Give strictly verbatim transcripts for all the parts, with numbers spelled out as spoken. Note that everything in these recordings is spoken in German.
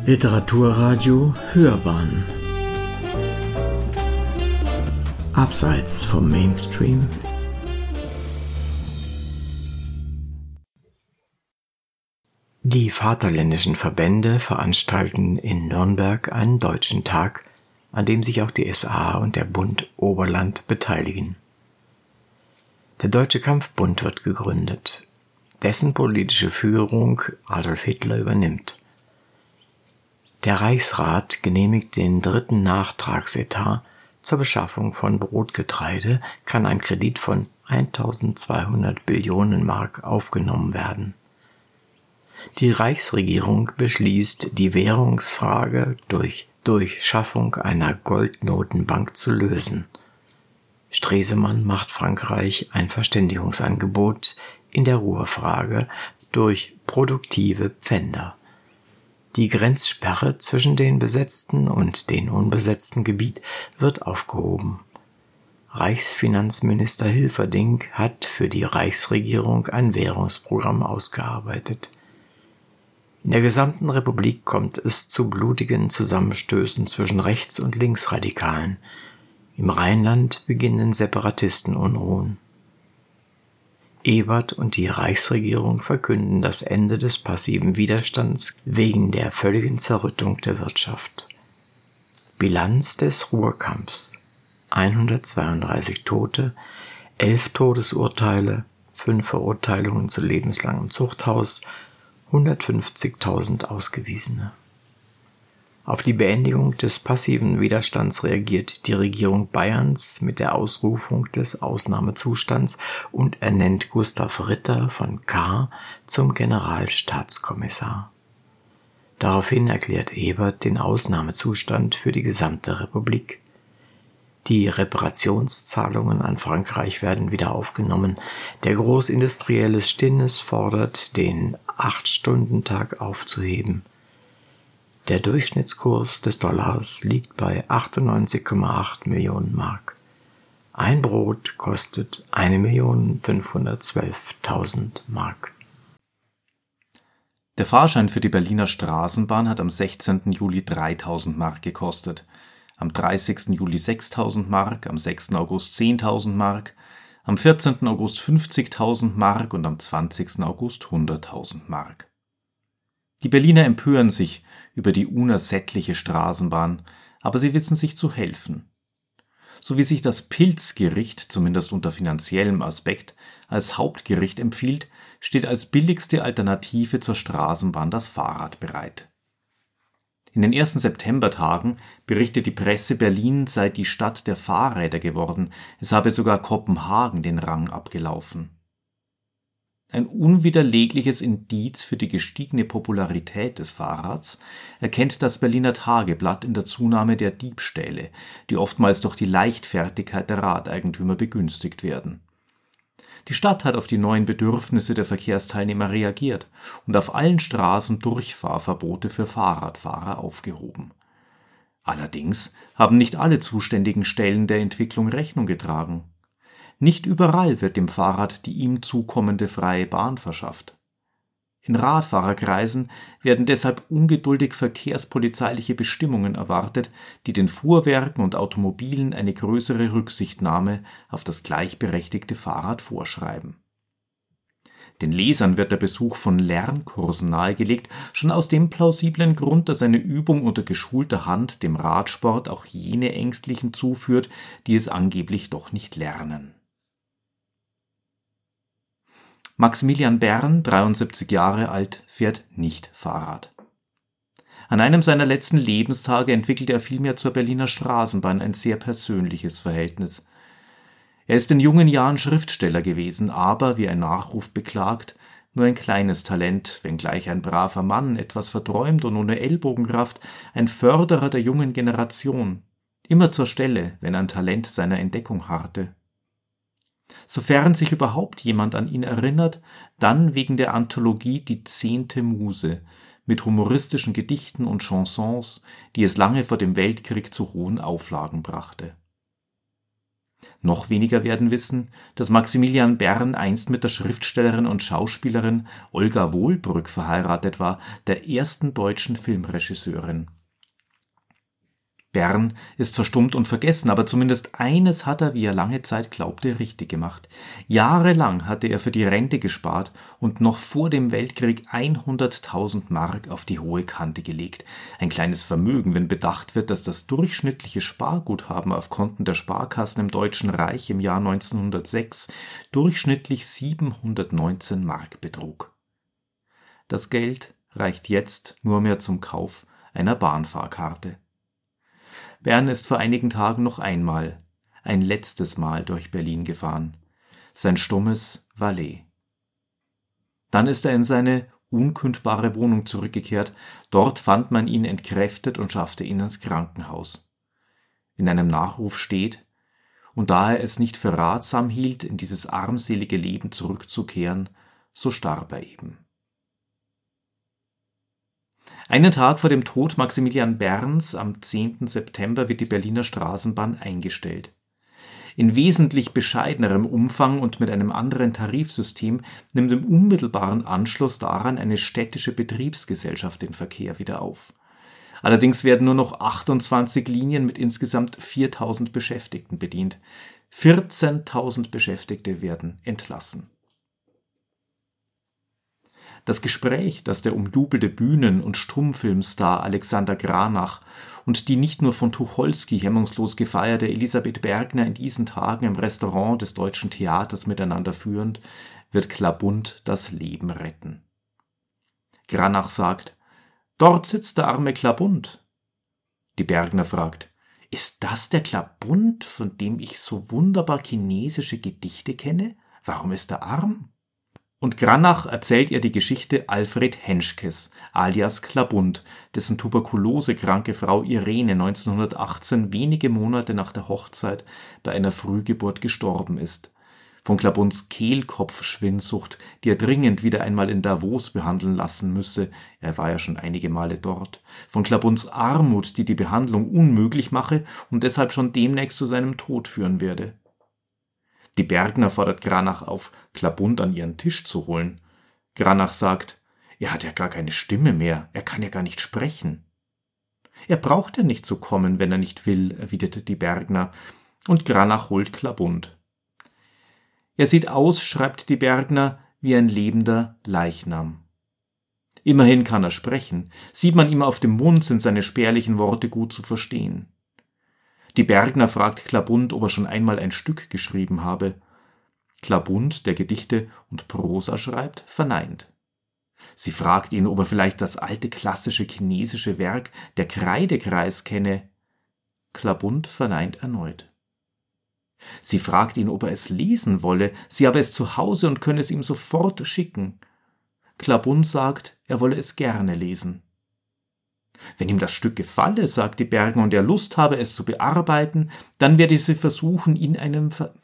Literaturradio Hörbahn Abseits vom Mainstream. Die Vaterländischen Verbände veranstalten in Nürnberg einen Deutschen Tag, an dem sich auch die S A und der Bund Oberland beteiligen. Der Deutsche Kampfbund wird gegründet, dessen politische Führung Adolf Hitler übernimmt. Der Reichsrat genehmigt den dritten Nachtragsetat zur Beschaffung von Brotgetreide, kann ein Kredit von eintausendzweihundert Billionen Mark aufgenommen werden. Die Reichsregierung beschließt, die Währungsfrage durch Durchschaffung einer Goldnotenbank zu lösen. Stresemann macht Frankreich ein Verständigungsangebot in der Ruhrfrage durch produktive Pfänder. Die Grenzsperre zwischen den besetzten und den unbesetzten Gebiet wird aufgehoben. Reichsfinanzminister Hilferding hat für die Reichsregierung ein Währungsprogramm ausgearbeitet. In der gesamten Republik kommt es zu blutigen Zusammenstößen zwischen Rechts- und Linksradikalen. Im Rheinland beginnen Separatistenunruhen. Ebert und die Reichsregierung verkünden das Ende des passiven Widerstands wegen der völligen Zerrüttung der Wirtschaft. Bilanz des Ruhrkampfs: hundertzweiunddreißig Tote, elf Todesurteile, fünf Verurteilungen zu lebenslangem Zuchthaus, hundertfünfzigtausend Ausgewiesene. Auf die Beendigung des passiven Widerstands reagiert die Regierung Bayerns mit der Ausrufung des Ausnahmezustands und ernennt Gustav Ritter von Kahr zum Generalstaatskommissar. Daraufhin erklärt Ebert den Ausnahmezustand für die gesamte Republik. Die Reparationszahlungen an Frankreich werden wieder aufgenommen. Der Großindustrielle Stinnes fordert, den Acht-Stunden-Tag aufzuheben. Der Durchschnittskurs des Dollars liegt bei achtundneunzig Komma acht Millionen Mark. Ein Brot kostet eine Million fünfhundertzwölftausend Mark. Der Fahrschein für die Berliner Straßenbahn hat am sechzehnten Juli dreitausend Mark gekostet, am dreißigsten Juli sechstausend Mark, am sechsten August zehntausend Mark, am vierzehnten August fünfzigtausend Mark und am zwanzigsten August hunderttausend Mark. Die Berliner empören sich über die unersättliche Straßenbahn, aber sie wissen sich zu helfen. So wie sich das Pilzgericht, zumindest unter finanziellem Aspekt, als Hauptgericht empfiehlt, steht als billigste Alternative zur Straßenbahn das Fahrrad bereit. In den ersten Septembertagen berichtet die Presse, Berlin sei die Stadt der Fahrräder geworden, es habe sogar Kopenhagen den Rang abgelaufen. Ein unwiderlegliches Indiz für die gestiegene Popularität des Fahrrads erkennt das Berliner Tageblatt in der Zunahme der Diebstähle, die oftmals durch die Leichtfertigkeit der Radeigentümer begünstigt werden. Die Stadt hat auf die neuen Bedürfnisse der Verkehrsteilnehmer reagiert und auf allen Straßen Durchfahrverbote für Fahrradfahrer aufgehoben. Allerdings haben nicht alle zuständigen Stellen der Entwicklung Rechnung getragen. Nicht überall wird dem Fahrrad die ihm zukommende freie Bahn verschafft. In Radfahrerkreisen werden deshalb ungeduldig verkehrspolizeiliche Bestimmungen erwartet, die den Fuhrwerken und Automobilen eine größere Rücksichtnahme auf das gleichberechtigte Fahrrad vorschreiben. Den Lesern wird der Besuch von Lernkursen nahegelegt, schon aus dem plausiblen Grund, dass eine Übung unter geschulter Hand dem Radsport auch jene Ängstlichen zuführt, die es angeblich doch nicht lernen. Maximilian Bern, dreiundsiebzig Jahre alt, fährt nicht Fahrrad. An einem seiner letzten Lebenstage entwickelte er vielmehr zur Berliner Straßenbahn ein sehr persönliches Verhältnis. Er ist in jungen Jahren Schriftsteller gewesen, aber, wie ein Nachruf beklagt, nur ein kleines Talent, wenngleich ein braver Mann, etwas verträumt und ohne Ellbogenkraft, ein Förderer der jungen Generation, immer zur Stelle, wenn ein Talent seiner Entdeckung harrte. Sofern sich überhaupt jemand an ihn erinnert, dann wegen der Anthologie Die zehnte Muse mit humoristischen Gedichten und Chansons, die es lange vor dem Weltkrieg zu hohen Auflagen brachte. Noch weniger werden wissen, dass Maximilian Bern einst mit der Schriftstellerin und Schauspielerin Olga Wohlbrück verheiratet war, der ersten deutschen Filmregisseurin. Bern ist verstummt und vergessen, aber zumindest eines hat er, wie er lange Zeit glaubte, richtig gemacht. Jahrelang hatte er für die Rente gespart und noch vor dem Weltkrieg hunderttausend Mark auf die hohe Kante gelegt. Ein kleines Vermögen, wenn bedacht wird, dass das durchschnittliche Sparguthaben auf Konten der Sparkassen im Deutschen Reich im Jahr neunzehnhundertsechs durchschnittlich siebenhundertneunzehn Mark betrug. Das Geld reicht jetzt nur mehr zum Kauf einer Bahnfahrkarte. Bern ist vor einigen Tagen noch einmal, ein letztes Mal durch Berlin gefahren. Sein stummes Valet. Dann ist er in seine unkündbare Wohnung zurückgekehrt. Dort fand man ihn entkräftet und schaffte ihn ins Krankenhaus. In einem Nachruf steht: Und da er es nicht für ratsam hielt, in dieses armselige Leben zurückzukehren, so starb er eben. Einen Tag vor dem Tod Maximilian Berns, am zehnten September, wird die Berliner Straßenbahn eingestellt. In wesentlich bescheidenerem Umfang und mit einem anderen Tarifsystem nimmt im unmittelbaren Anschluss daran eine städtische Betriebsgesellschaft den Verkehr wieder auf. Allerdings werden nur noch achtundzwanzig Linien mit insgesamt viertausend Beschäftigten bedient. vierzehntausend Beschäftigte werden entlassen. Das Gespräch, das der umjubelte Bühnen- und Stummfilmstar Alexander Granach und die nicht nur von Tucholsky hemmungslos gefeierte Elisabeth Bergner in diesen Tagen im Restaurant des Deutschen Theaters miteinander führen, wird Klabund das Leben retten. Granach sagt: »Dort sitzt der arme Klabund.« Die Bergner fragt: »Ist das der Klabund, von dem ich so wunderbar chinesische Gedichte kenne? Warum ist er arm?« Und Granach erzählt ihr die Geschichte Alfred Henschkes, alias Klabund, dessen tuberkulosekranke Frau Irene neunzehnhundertachtzehn wenige Monate nach der Hochzeit bei einer Frühgeburt gestorben ist. Von Klabunds Kehlkopfschwindsucht, die er dringend wieder einmal in Davos behandeln lassen müsse, er war ja schon einige Male dort. Von Klabunds Armut, die die Behandlung unmöglich mache und deshalb schon demnächst zu seinem Tod führen werde. Die Bergner fordert Granach auf, Klabund an ihren Tisch zu holen. Granach sagt: »Er hat ja gar keine Stimme mehr, er kann ja gar nicht sprechen.« »Er braucht ja nicht zu kommen, wenn er nicht will«, erwiderte die Bergner, und Granach holt Klabund. »Er sieht aus«, schreibt die Bergner, »wie ein lebender Leichnam.« Immerhin kann er sprechen, sieht man ihm auf dem Mund, sind seine spärlichen Worte gut zu verstehen. Die Bergner fragt Klabund, ob er schon einmal ein Stück geschrieben habe. Klabund, der Gedichte und Prosa schreibt, verneint. Sie fragt ihn, ob er vielleicht das alte klassische chinesische Werk Der Kreidekreis kenne. Klabund verneint erneut. Sie fragt ihn, ob er es lesen wolle, sie habe es zu Hause und könne es ihm sofort schicken. Klabund sagt, er wolle es gerne lesen. Wenn ihm das Stück gefalle, sagt die Bergner, und er Lust habe, es zu bearbeiten, dann werde sie versuchen, ihn einen Ver-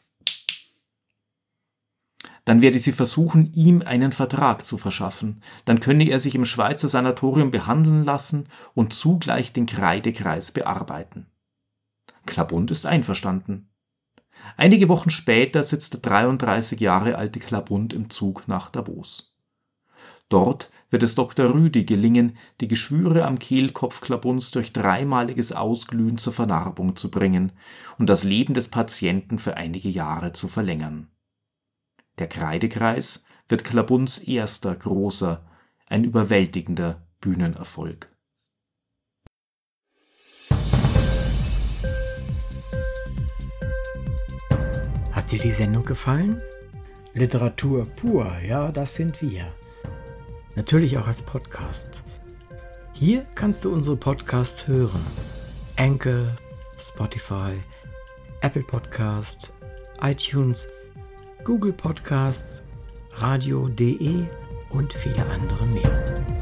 dann werde sie versuchen, ihm einen Vertrag zu verschaffen. Dann könne er sich im Schweizer Sanatorium behandeln lassen und zugleich den Kreidekreis bearbeiten. Klabund ist einverstanden. Einige Wochen später sitzt der dreiunddreißig Jahre alte Klabund im Zug nach Davos. Dort wird es Doktor Rüdi gelingen, die Geschwüre am Kehlkopf Klabunds durch dreimaliges Ausglühen zur Vernarbung zu bringen und das Leben des Patienten für einige Jahre zu verlängern. Der Kreidekreis wird Klabunds erster großer, ein überwältigender Bühnenerfolg. Hat dir die Sendung gefallen? Literatur pur, ja, das sind wir. Natürlich auch als Podcast. Hier kannst du unsere Podcasts hören. Anchor, Spotify, Apple Podcasts, iTunes, Google Podcasts, radio punkt de und viele andere mehr.